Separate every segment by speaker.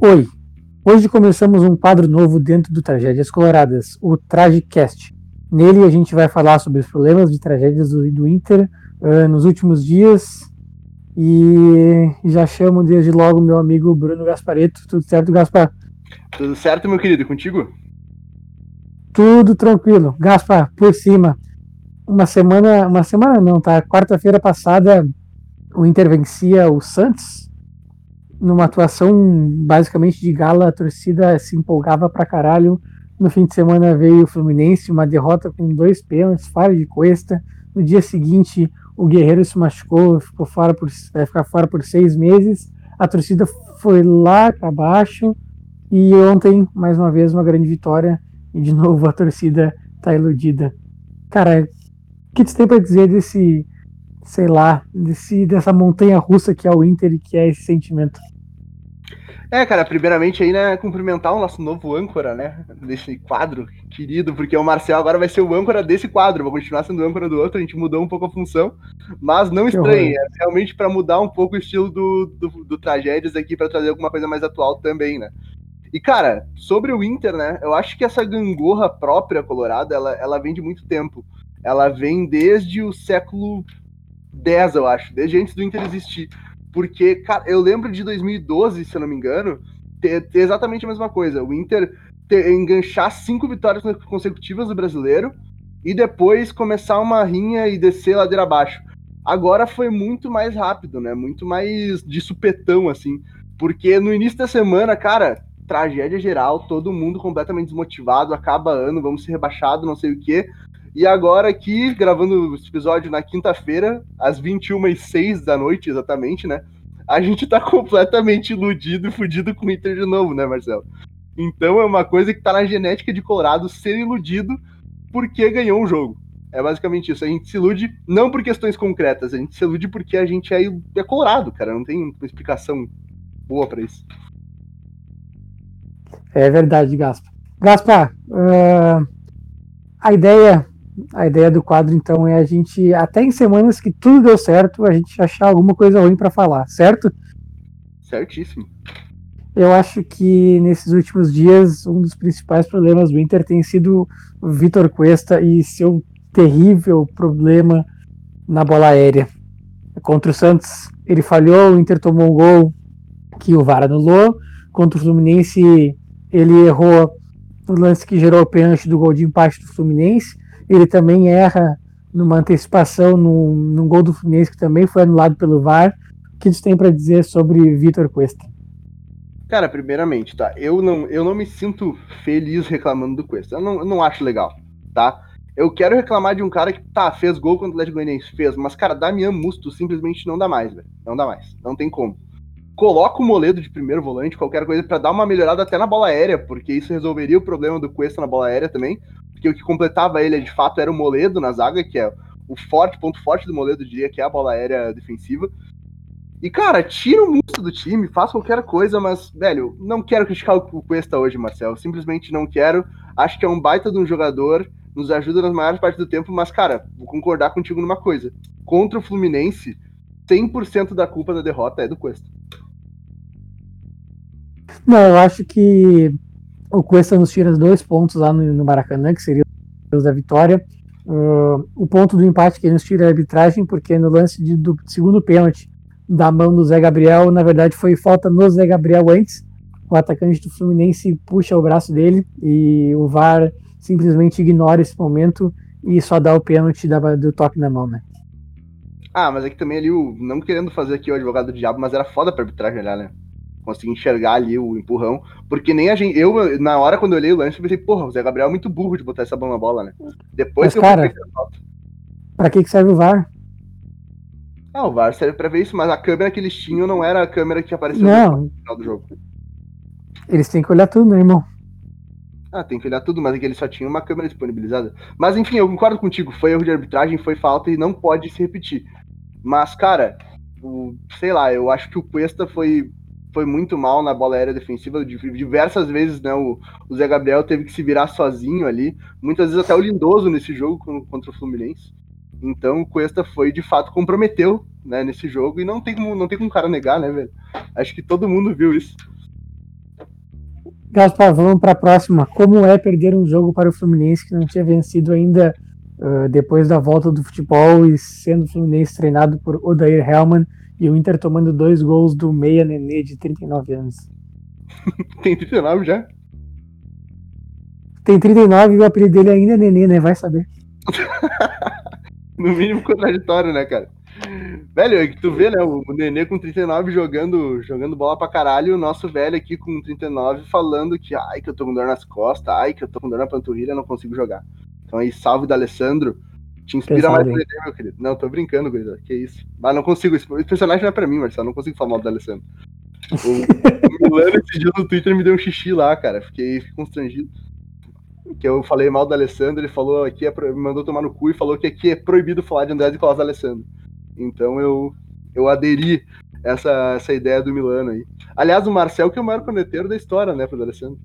Speaker 1: Oi, hoje começamos um quadro novo dentro do Tragédias Coloradas, o Tragicast. Nele a gente vai falar sobre os problemas de tragédias do Inter nos últimos dias e já chamo desde logo meu amigo Bruno Gaspareto. Tudo certo, Gaspar?
Speaker 2: Tudo certo, meu querido, e contigo?
Speaker 1: Tudo tranquilo. Gaspar, por cima, uma semana não, tá? Quarta-feira passada o Inter vencia o Santos numa atuação basicamente de gala, a torcida se empolgava pra caralho. No fim de semana veio o Fluminense, uma derrota com 2 pênaltis, falha de Cuesta. No dia seguinte, o Guerreiro se machucou, vai ficar fora por 6 meses. A torcida foi lá para baixo. E ontem, mais uma vez, uma grande vitória. E de novo a torcida tá iludida. Cara, o que tu tem pra dizer desse, sei lá, dessa montanha russa que é o Inter e que é esse sentimento?
Speaker 2: Cara, primeiramente aí, né, cumprimentar o nosso novo âncora, né, desse quadro querido, porque o Marcel agora vai ser o âncora desse quadro, vou continuar sendo o âncora do outro, a gente mudou um pouco a função, mas não estranhe, é realmente para mudar um pouco o estilo do Tragédias aqui, para trazer alguma coisa mais atual também, né. E, cara, sobre o Inter, né, eu acho que essa gangorra própria colorada, ela vem de muito tempo. Ela vem desde o século X, eu acho, desde antes do Inter existir. Porque, cara, eu lembro de 2012, se eu não me engano, ter exatamente a mesma coisa. O Inter enganchar 5 vitórias consecutivas do Brasileiro e depois começar uma rinha e descer ladeira abaixo. Agora foi muito mais rápido, né? Muito mais de supetão, assim. Porque no início da semana, cara, tragédia geral, todo mundo completamente desmotivado, acaba ano, vamos ser rebaixados, não sei o quê. E agora aqui, gravando esse episódio na quinta-feira, às 21h06 da noite, exatamente, né? A gente tá completamente iludido e fudido com o Inter de novo, né, Marcelo? Então é uma coisa que tá na genética de Colorado ser iludido porque ganhou um jogo. É basicamente isso. A gente se ilude não por questões concretas, a gente se ilude porque a gente é Colorado, cara. Não tem uma explicação boa pra isso.
Speaker 1: É verdade, Gaspar. Gaspar, a ideia do quadro, então, é a gente, até em semanas que tudo deu certo, a gente achar alguma coisa ruim para falar, certo?
Speaker 2: Certíssimo.
Speaker 1: Eu acho que nesses últimos dias, um dos principais problemas do Inter tem sido o Vitor Cuesta e seu terrível problema na bola aérea. Contra o Santos, ele falhou, o Inter tomou um gol que o VAR anulou. Contra o Fluminense, ele errou o lance que gerou o pênalti do gol de empate do Fluminense. Ele também erra numa antecipação num gol do Fluminense que também foi anulado pelo VAR. O que você tem para dizer sobre Vitor Cuesta?
Speaker 2: Cara, primeiramente, tá? Eu não me sinto feliz reclamando do Cuesta. Eu não acho legal, tá? Eu quero reclamar de um cara que, tá, fez gol contra o Atlético Goianiense, fez, mas, cara, Damian Musto simplesmente não dá mais, velho. Não dá mais. Não tem como. Coloca o Moledo de primeiro volante, qualquer coisa, pra dar uma melhorada até na bola aérea, porque isso resolveria o problema do Cuesta na bola aérea também. Porque o que completava ele, de fato, era o Moledo na zaga, que é o ponto forte do Moledo, eu diria, que é a bola aérea defensiva. E, cara, tira o Musto do time, faz qualquer coisa, mas, velho, não quero criticar o Cuesta hoje, Marcel. Simplesmente não quero. Acho que é um baita de um jogador, nos ajuda nas maiores partes do tempo, mas, cara, vou concordar contigo numa coisa. Contra o Fluminense, 100% da culpa da derrota é do Cuesta.
Speaker 1: Não, eu acho que o Cuesta nos tira 2 pontos lá no Maracanã, que seria os da vitória. O ponto do empate que ele nos tira é a arbitragem, porque no lance do segundo pênalti da mão do Zé Gabriel, na verdade foi falta no Zé Gabriel antes. O atacante do Fluminense puxa o braço dele e o VAR simplesmente ignora esse momento e só dá o pênalti do toque na mão, né?
Speaker 2: Ah, mas é que também ali, não querendo fazer aqui o advogado do diabo, mas era foda pra arbitragem olhar, né? Consegui enxergar ali o empurrão, porque nem a gente, eu, na hora quando eu olhei o lance, eu pensei, porra, o Zé Gabriel é muito burro de botar essa bola na bola, né? Depois
Speaker 1: Mas,
Speaker 2: que eu
Speaker 1: cara,
Speaker 2: fui falta.
Speaker 1: Pra que serve o VAR?
Speaker 2: Ah, o VAR serve pra ver isso, mas a câmera que eles tinham não era a câmera que apareceu
Speaker 1: no
Speaker 2: final do jogo.
Speaker 1: Eles têm que olhar tudo, né, irmão?
Speaker 2: Ah, tem que olhar tudo, mas é que eles só tinham uma câmera disponibilizada. Mas enfim, eu concordo contigo, foi erro de arbitragem, foi falta e não pode se repetir. Mas, cara, sei lá, eu acho que o Cuesta foi muito mal na bola aérea defensiva. Diversas vezes, né, o Zé Gabriel teve que se virar sozinho ali. Muitas vezes até o Lindoso nesse jogo contra o Fluminense. Então o Cuesta foi, de fato, comprometeu, né, nesse jogo. E não tem como o cara negar, né, velho? Acho que todo mundo viu isso.
Speaker 1: Gaspar, vamos para a próxima. Como é perder um jogo para o Fluminense que não tinha vencido ainda depois da volta do futebol e sendo o Fluminense treinado por Odair Hellmann e o Inter tomando 2 gols do Meia Nenê de 39 anos?
Speaker 2: Tem 39 já?
Speaker 1: Tem 39 e o apelido dele ainda é Nenê, né? Vai saber.
Speaker 2: No mínimo contraditório, né, cara? Velho, é que tu vê, né, o Nenê com 39 jogando bola pra caralho, e o nosso velho aqui com 39 falando que, ai, que eu tô com dor nas costas, ai, que eu tô com dor na panturrilha, não consigo jogar. Então aí, salve da Alessandro, te inspira
Speaker 1: Pesado,
Speaker 2: mais
Speaker 1: hein?
Speaker 2: no Nenê, meu querido. Não, tô brincando, querido, que isso. Mas não consigo, esse personagem não é pra mim, Marcelo, não consigo falar mal do Alessandro. O Milano esse dia no Twitter me deu um xixi lá, cara, fiquei constrangido. Que eu falei mal do Alessandro, ele falou aqui, me mandou tomar no cu e falou que aqui é proibido falar de André de Costa Alessandro. Então eu aderi essa ideia do Milano aí. Aliás, o Marcel que é o maior corneteiro da história, né, pro Alessandro.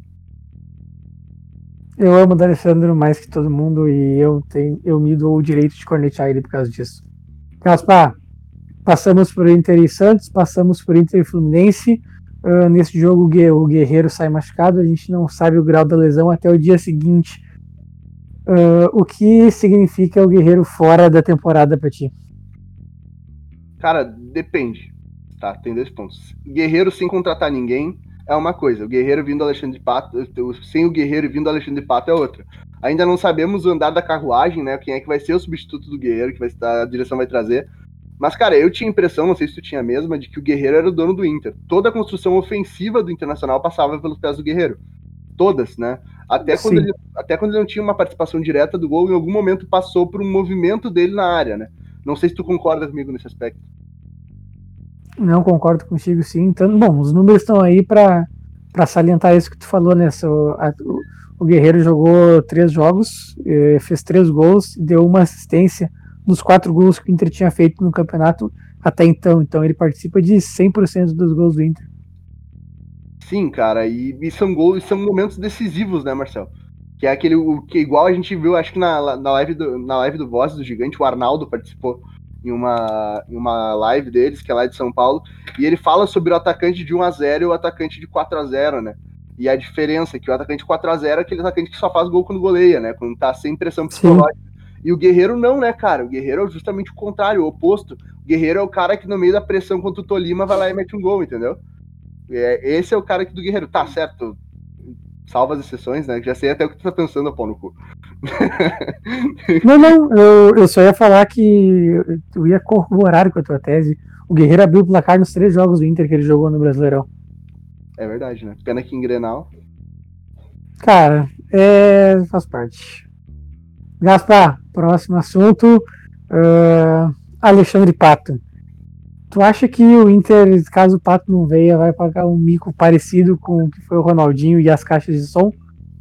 Speaker 1: Eu amo o D'Alessandro mais que todo mundo e eu me dou o direito de cornetear ele por causa disso. Gaspar, passamos por Inter e Santos, passamos por Inter e Fluminense. Nesse jogo o Guerreiro sai machucado, a gente não sabe o grau da lesão até o dia seguinte. O que significa o Guerreiro fora da temporada pra ti?
Speaker 2: Cara, depende. Tá, tem 2 pontos. Guerreiro sem contratar ninguém é uma coisa. O Guerreiro vindo Alexandre de Pato, sem o Guerreiro vindo Alexandre de Pato é outra. Ainda não sabemos o andar da carruagem, né? Quem é que vai ser o substituto do Guerreiro, que a direção vai trazer. Mas, cara, eu tinha a impressão, não sei se tu tinha a mesma, de que o Guerreiro era o dono do Inter. Toda a construção ofensiva do Internacional passava pelos pés do Guerreiro. Todas, né? Até quando ele não tinha uma participação direta do gol, em algum momento passou por um movimento dele na área, né? Não sei se tu concorda comigo nesse aspecto.
Speaker 1: Não concordo contigo, sim. Então, bom, os números estão aí para salientar isso que tu falou, né? O Guerreiro jogou 3 jogos, fez 3 gols, deu uma assistência nos 4 gols que o Inter tinha feito no campeonato até então. Então ele participa de 100% dos gols do Inter.
Speaker 2: Sim, cara, e são gols, são momentos decisivos, né, Marcelo? Que é aquele que igual a gente viu, acho que na live do Voz do Gigante, o Arnaldo participou em uma live deles, que é lá de São Paulo, e ele fala sobre o atacante de 1-0 e o atacante de 4-0, né? E a diferença, que o atacante de 4-0 é aquele atacante que só faz gol quando goleia, né? Quando tá sem pressão psicológica. Sim. E o Guerreiro não, né, cara? O Guerreiro é justamente o contrário, o oposto. O Guerreiro é o cara que no meio da pressão contra o Tolima vai lá e mete um gol, entendeu? Esse é o cara que do Guerreiro. Tá, certo. Salva as exceções, né? Já sei até o que tu tá pensando, pau no cu.
Speaker 1: Não, eu só ia falar que eu ia corroborar com a tua tese. O Guerreiro abriu o placar nos 3 jogos do Inter que ele jogou no Brasileirão.
Speaker 2: É verdade, né? Pena que em Grenal.
Speaker 1: Cara, faz parte. Gaspar, próximo assunto. Alexandre Pato. Tu acha que o Inter, caso o Pato não venha, vai pagar um mico parecido com o que foi o Ronaldinho e as caixas de som?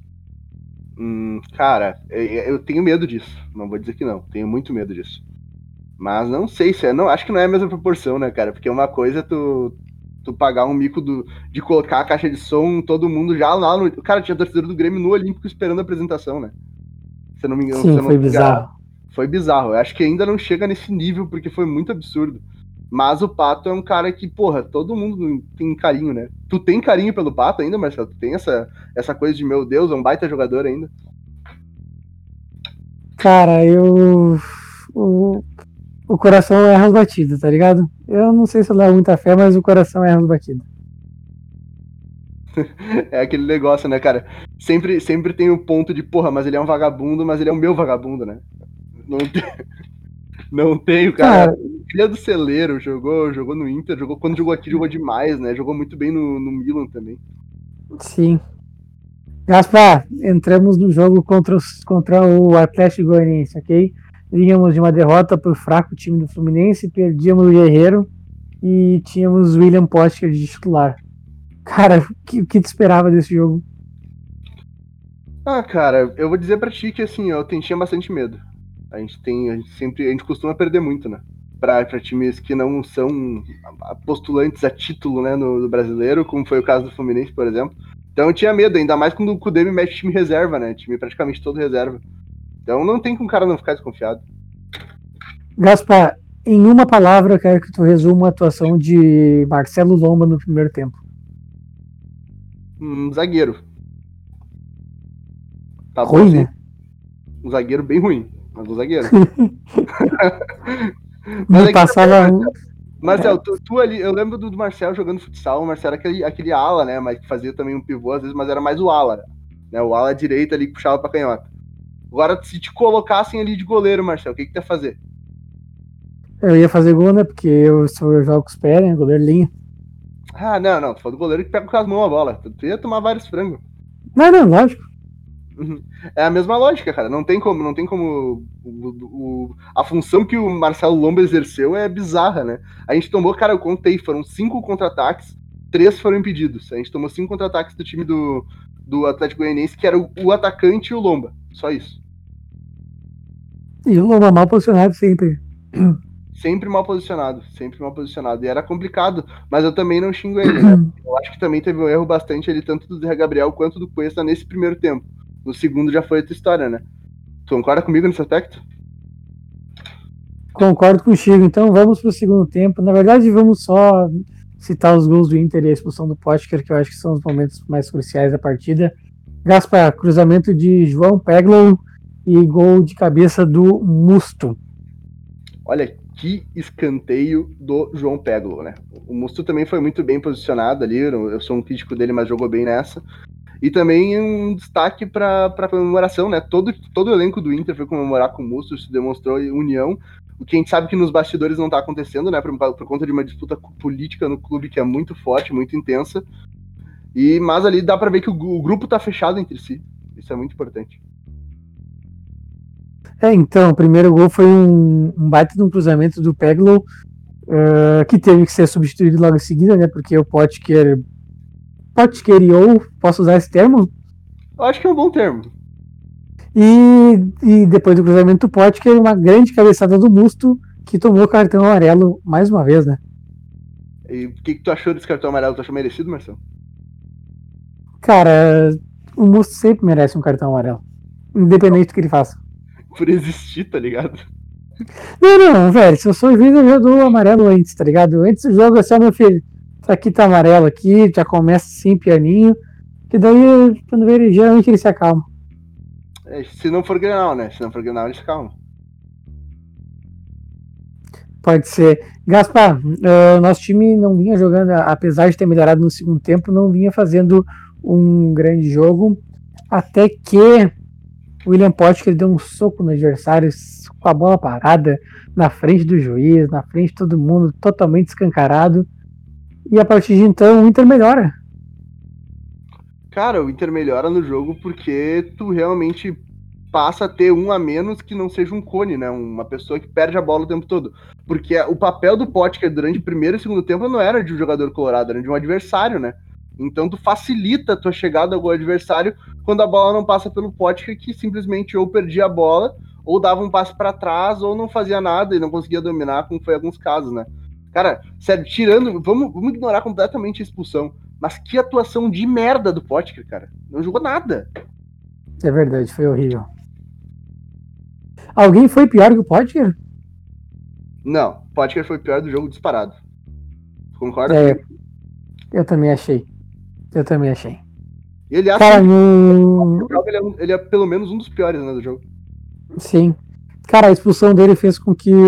Speaker 2: Cara, eu tenho medo disso. Não vou dizer que não. Tenho muito medo disso. Mas não sei se é. Não, acho que não é a mesma proporção, né, cara? Porque uma coisa é tu pagar um mico de colocar a caixa de som, todo mundo já lá no. Cara, tinha torcedor do Grêmio no Olímpico esperando a apresentação, né? Se eu não me engano.
Speaker 1: Sim, foi bizarro.
Speaker 2: Foi bizarro. Eu acho que ainda não chega nesse nível, porque foi muito absurdo. Mas o Pato é um cara que, porra, todo mundo tem carinho, né? Tu tem carinho pelo Pato ainda, Marcelo? Tu tem essa coisa de, meu Deus, é um baita jogador ainda?
Speaker 1: Cara, o coração erra as batidas, tá ligado? Eu não sei se eu levo muita fé, mas o coração erra as batidas.
Speaker 2: É aquele negócio, né, cara? Sempre tem o ponto de, porra, mas ele é um vagabundo, mas ele é o meu vagabundo, né? Não tem, cara. Filha do Celeiro, jogou no Inter, quando jogou aqui, jogou demais, né? Jogou muito bem no Milan também.
Speaker 1: Sim. Gaspar, entramos no jogo contra o Atlético Goianiense, ok? Vínhamos de uma derrota pro fraco time do Fluminense, perdíamos o Guerreiro e tínhamos o William Potker de titular. Cara, o que tu esperava desse jogo?
Speaker 2: Ah, cara, eu vou dizer pra ti que, assim, eu tinha bastante medo. A gente costuma perder muito, né? Pra times que não são postulantes a título, né, no brasileiro, como foi o caso do Fluminense, por exemplo. Então eu tinha medo, ainda mais quando o Cudê me mete time reserva, né? Time praticamente todo reserva. Então não tem como o cara não ficar desconfiado.
Speaker 1: Gaspar, em uma palavra eu quero que tu resuma a atuação de Marcelo Lomba no primeiro tempo.
Speaker 2: Zagueiro. Tá bom,
Speaker 1: Ruim,
Speaker 2: assim?
Speaker 1: né?
Speaker 2: Um zagueiro bem ruim, mas um zagueiro. Mas
Speaker 1: Me
Speaker 2: é que também,
Speaker 1: passava.
Speaker 2: Marcel, tu ali, eu lembro do Marcel jogando futsal, o Marcel era aquele ala, né? Mas que fazia também um pivô às vezes, mas era mais o ala, né? O ala direito ali que puxava pra canhota. Agora, se te colocassem ali de goleiro, Marcel, o que tu ia fazer?
Speaker 1: Eu ia fazer gol, né? Porque eu jogo com os pés, né? Goleiro linha.
Speaker 2: Ah, não, tu falou do goleiro que pega com as mãos a bola. Tu ia tomar vários frangos.
Speaker 1: Não, não, lógico.
Speaker 2: É a mesma lógica, cara. Não tem como. A função que o Marcelo Lomba exerceu é bizarra, né? A gente tomou, cara, eu contei, foram 5 contra-ataques, 3 foram impedidos. A gente tomou 5 contra-ataques do time do Atlético Goianiense, que era o atacante e o Lomba. Só isso.
Speaker 1: E o Lomba mal posicionado sempre.
Speaker 2: Sempre mal posicionado, sempre mal posicionado. E era complicado, mas eu também não xingo ele, né? Eu acho que também teve um erro bastante ali, tanto do Zé Gabriel quanto do Cuesta nesse primeiro tempo. No segundo já foi outra história, né? Tu concorda comigo nesse aspecto?
Speaker 1: Concordo contigo. Então vamos pro segundo tempo. Na verdade, vamos só citar os gols do Inter e a expulsão do Potker, que eu acho que são os momentos mais cruciais da partida. Gaspar, cruzamento de João Peglow e gol de cabeça do Musto.
Speaker 2: Olha, que escanteio do João Peglo, né? O Musto também foi muito bem posicionado ali, eu sou um crítico dele, mas jogou bem nessa. E também um destaque para a comemoração, né? Todo o elenco do Inter foi comemorar com o Musto, isso demonstrou união. O que a gente sabe que nos bastidores não está acontecendo, né? Por conta de uma disputa política no clube que é muito forte, muito intensa. Mas ali dá para ver que o grupo está fechado entre si. Isso é muito importante.
Speaker 1: Então, o primeiro gol foi um baita de um cruzamento do Peglow, que teve que ser substituído logo em seguida, né? Porque o Potker ou posso usar esse termo?
Speaker 2: Eu acho que é um bom termo.
Speaker 1: E depois do cruzamento do Potker, uma grande cabeçada do Musto, que tomou cartão amarelo mais uma vez, né?
Speaker 2: E o que tu achou desse cartão amarelo? Tu achou merecido, Marcelo?
Speaker 1: Cara, o Musto sempre merece um cartão amarelo, independente do que ele faça.
Speaker 2: Por existir, tá ligado?
Speaker 1: Não, velho, se eu sou juiz, eu já dou o amarelo antes, tá ligado? Antes do jogo, assim, ó, meu filho, isso aqui tá amarelo aqui, já começa assim, pianinho, que daí, quando vê ele, geralmente ele se acalma.
Speaker 2: Se não for Grenal, né? Se não for Grenal, eles calma.
Speaker 1: Pode ser. Gaspar, nosso time não vinha jogando, apesar de ter melhorado no segundo tempo, não vinha fazendo um grande jogo, até que o William Potker deu um soco no adversário com a bola parada, na frente do juiz, na frente de todo mundo, totalmente escancarado. E a partir de então o Inter melhora.
Speaker 2: Cara, o Inter melhora no jogo porque tu realmente passa a ter um a menos que não seja um cone, né? Uma pessoa que perde a bola o tempo todo. Porque o papel do Potker durante o primeiro e segundo tempo não era de um jogador colorado, era de um adversário, né? Então tu facilita a tua chegada ao adversário quando a bola não passa pelo Potker, que simplesmente ou perdia a bola, ou dava um passo para trás, ou não fazia nada e não conseguia dominar, como foi em alguns casos, né? Cara, sério, vamos ignorar completamente a expulsão. Mas que atuação de merda do Potker, cara. Não jogou nada.
Speaker 1: É verdade, foi horrível. Alguém foi pior que o Potker?
Speaker 2: Não, o Potker foi o pior do jogo disparado. Concorda?
Speaker 1: Eu também achei.
Speaker 2: E ele acha
Speaker 1: Cara,
Speaker 2: que ele é pelo menos um dos piores, né, do jogo.
Speaker 1: Sim. Cara, a expulsão dele fez com que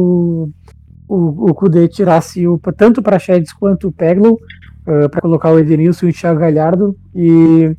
Speaker 1: o Kudê tirasse tanto o Praxedes quanto o Peglow para colocar o Edenilson e o Thiago Galhardo. E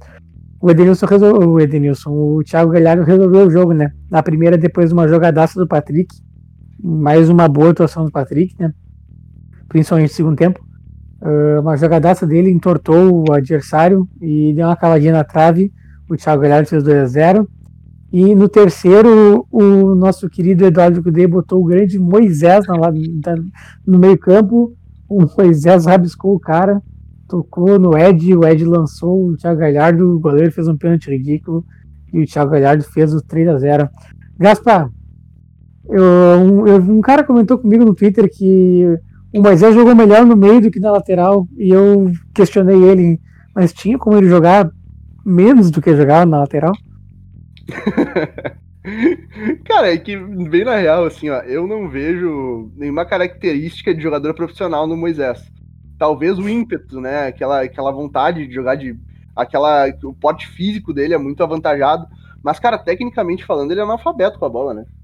Speaker 1: o Thiago Galhardo resolveu o jogo, né? Na primeira, depois de uma jogadaça do Patrick. Mais uma boa atuação do Patrick, né? Principalmente no segundo tempo. Uma jogadaça dele entortou o adversário e deu uma cavadinha na trave. O Thiago Galhardo fez 2-0. E no terceiro, o nosso querido Eduardo Cudê botou o grande Moisés no meio campo. O Moisés rabiscou o cara, tocou no Ed, o Ed lançou o Thiago Galhardo, o goleiro fez um pênalti ridículo e o Thiago Galhardo fez o 3-0. Gaspar, um cara comentou comigo no Twitter que o Moisés jogou melhor no meio do que na lateral e eu questionei ele, mas tinha como ele jogar menos do que jogava na lateral?
Speaker 2: Cara, é que bem na real, assim, ó, eu não vejo nenhuma característica de jogador profissional no Moisés. Talvez o ímpeto, né? Aquela vontade de jogar o porte físico dele é muito avantajado, Mas, cara, tecnicamente falando, ele é analfabeto com a bola, né?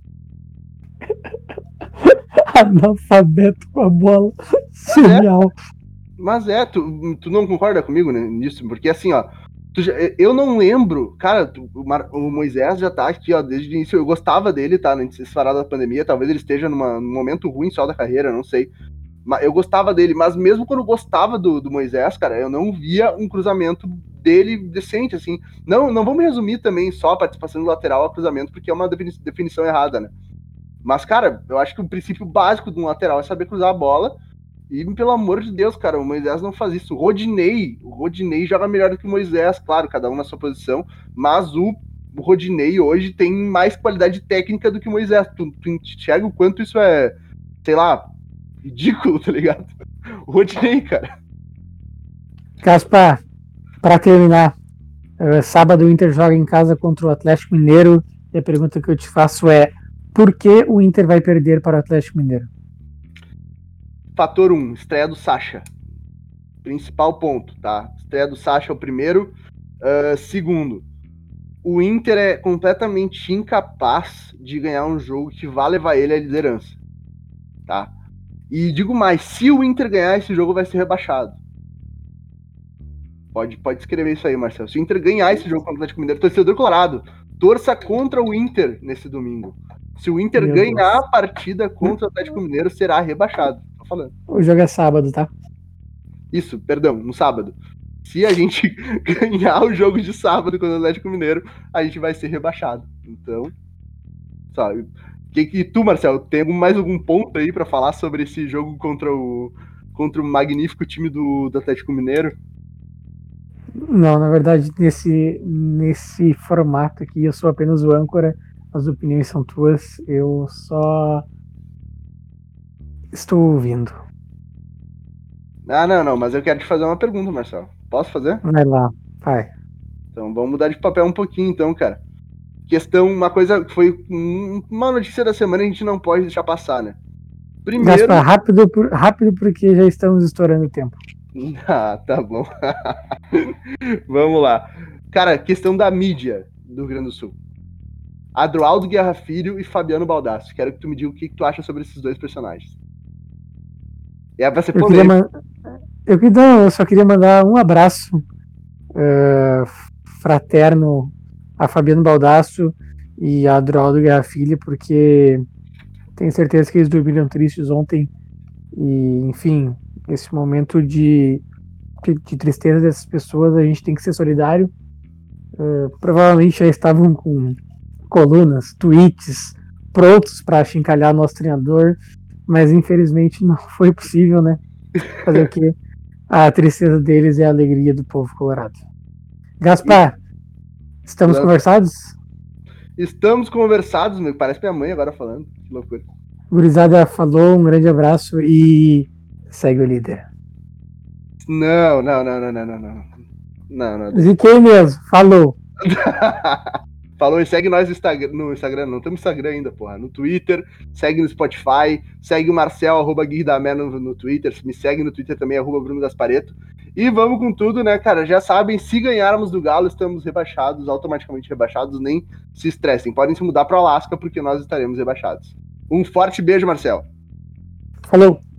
Speaker 1: Analfabeto com a bola. Genial.
Speaker 2: Mas tu não concorda comigo, né, nisso? Porque assim, ó, eu não lembro, cara, o Moisés já tá aqui, ó, desde o início. Eu gostava dele, tá? Nesse parado da pandemia, talvez ele esteja num momento ruim só da carreira, não sei. Mas eu gostava dele, mas mesmo quando eu gostava do Moisés, cara, eu não via um cruzamento dele decente, assim. Não vamos resumir também só a participação do lateral a cruzamento, porque é uma definição errada, né? Mas, cara, eu acho que o princípio básico de um lateral é saber cruzar a bola. E, pelo amor de Deus, cara, o Moisés não faz isso. O Rodinei joga melhor do que o Moisés, claro, cada um na sua posição, mas o Rodinei hoje tem mais qualidade técnica do que o Moisés. Tu enxerga o quanto isso é, sei lá, ridículo, tá ligado? O Rodinei, cara.
Speaker 1: Gaspar, para terminar, sábado o Inter joga em casa contra o Atlético Mineiro e a pergunta que eu te faço é: por que o Inter vai perder para o Atlético Mineiro?
Speaker 2: Fator 1, estreia do Sacha. Principal ponto, tá? Estreia do Sacha é o primeiro. Segundo, o Inter é completamente incapaz de ganhar um jogo que vá levar ele à liderança, tá? E digo mais, se o Inter ganhar esse jogo, vai ser rebaixado. Pode escrever isso aí, Marcelo. Se o Inter ganhar esse jogo contra o Atlético Mineiro, torcedor colorado, torça contra o Inter nesse domingo. Se o Inter ganhar a partida contra o Atlético Mineiro, será rebaixado. Tô falando.
Speaker 1: O jogo é sábado, tá?
Speaker 2: Isso, perdão, no sábado. Se a gente ganhar o jogo de sábado contra o Atlético Mineiro, a gente vai ser rebaixado. Então, sabe? Que tu, Marcelo, tem mais algum ponto aí para falar sobre esse jogo contra o magnífico time do Atlético Mineiro?
Speaker 1: Não, na verdade, nesse formato aqui, eu sou apenas o âncora, as opiniões são tuas, eu só estou ouvindo.
Speaker 2: Não, mas eu quero te fazer uma pergunta, Marcelo. Posso fazer?
Speaker 1: Vai lá, vai.
Speaker 2: Então vamos mudar de papel um pouquinho, então, cara. Uma coisa que foi uma notícia da semana, a gente não pode deixar passar, né? Primeiro.
Speaker 1: Gaspar, rápido porque já estamos estourando o tempo.
Speaker 2: Ah, tá bom. Vamos lá. Cara, questão da mídia do Rio Grande do Sul. Adroaldo Guerra Filho e Fabiano Baldassi. Quero que tu me diga o que tu acha sobre esses dois personagens. Vai ser polêmico.
Speaker 1: Eu só queria mandar um abraço fraterno a Fabiano Baldasso e a Adroaldo Guerra Filho, porque tenho certeza que eles dormiram tristes ontem. E, enfim, esse momento de tristeza dessas pessoas, a gente tem que ser solidário. Provavelmente já estavam com colunas, tweets prontos para achincalhar nosso treinador, mas infelizmente não foi possível, né? Fazer o quê? A tristeza deles é a alegria do povo colorado. Gaspar, estamos conversados?
Speaker 2: Estamos conversados, meu. Parece minha mãe agora falando. Que loucura.
Speaker 1: Gurizada falou, um grande abraço e segue o líder.
Speaker 2: Não.
Speaker 1: Ziquei mesmo, falou.
Speaker 2: Falou e segue nós no Instagram, não temos Instagram ainda, porra. No Twitter, segue no Spotify, segue o Marcel, @GuirDamé no Twitter, me segue no Twitter também, @Bruno Gaspareto. E vamos com tudo, né, cara? Já sabem, se ganharmos do Galo, estamos rebaixados, automaticamente rebaixados, nem se estressem. Podem se mudar para o Alasca, porque nós estaremos rebaixados. Um forte beijo, Marcel.
Speaker 1: Falou.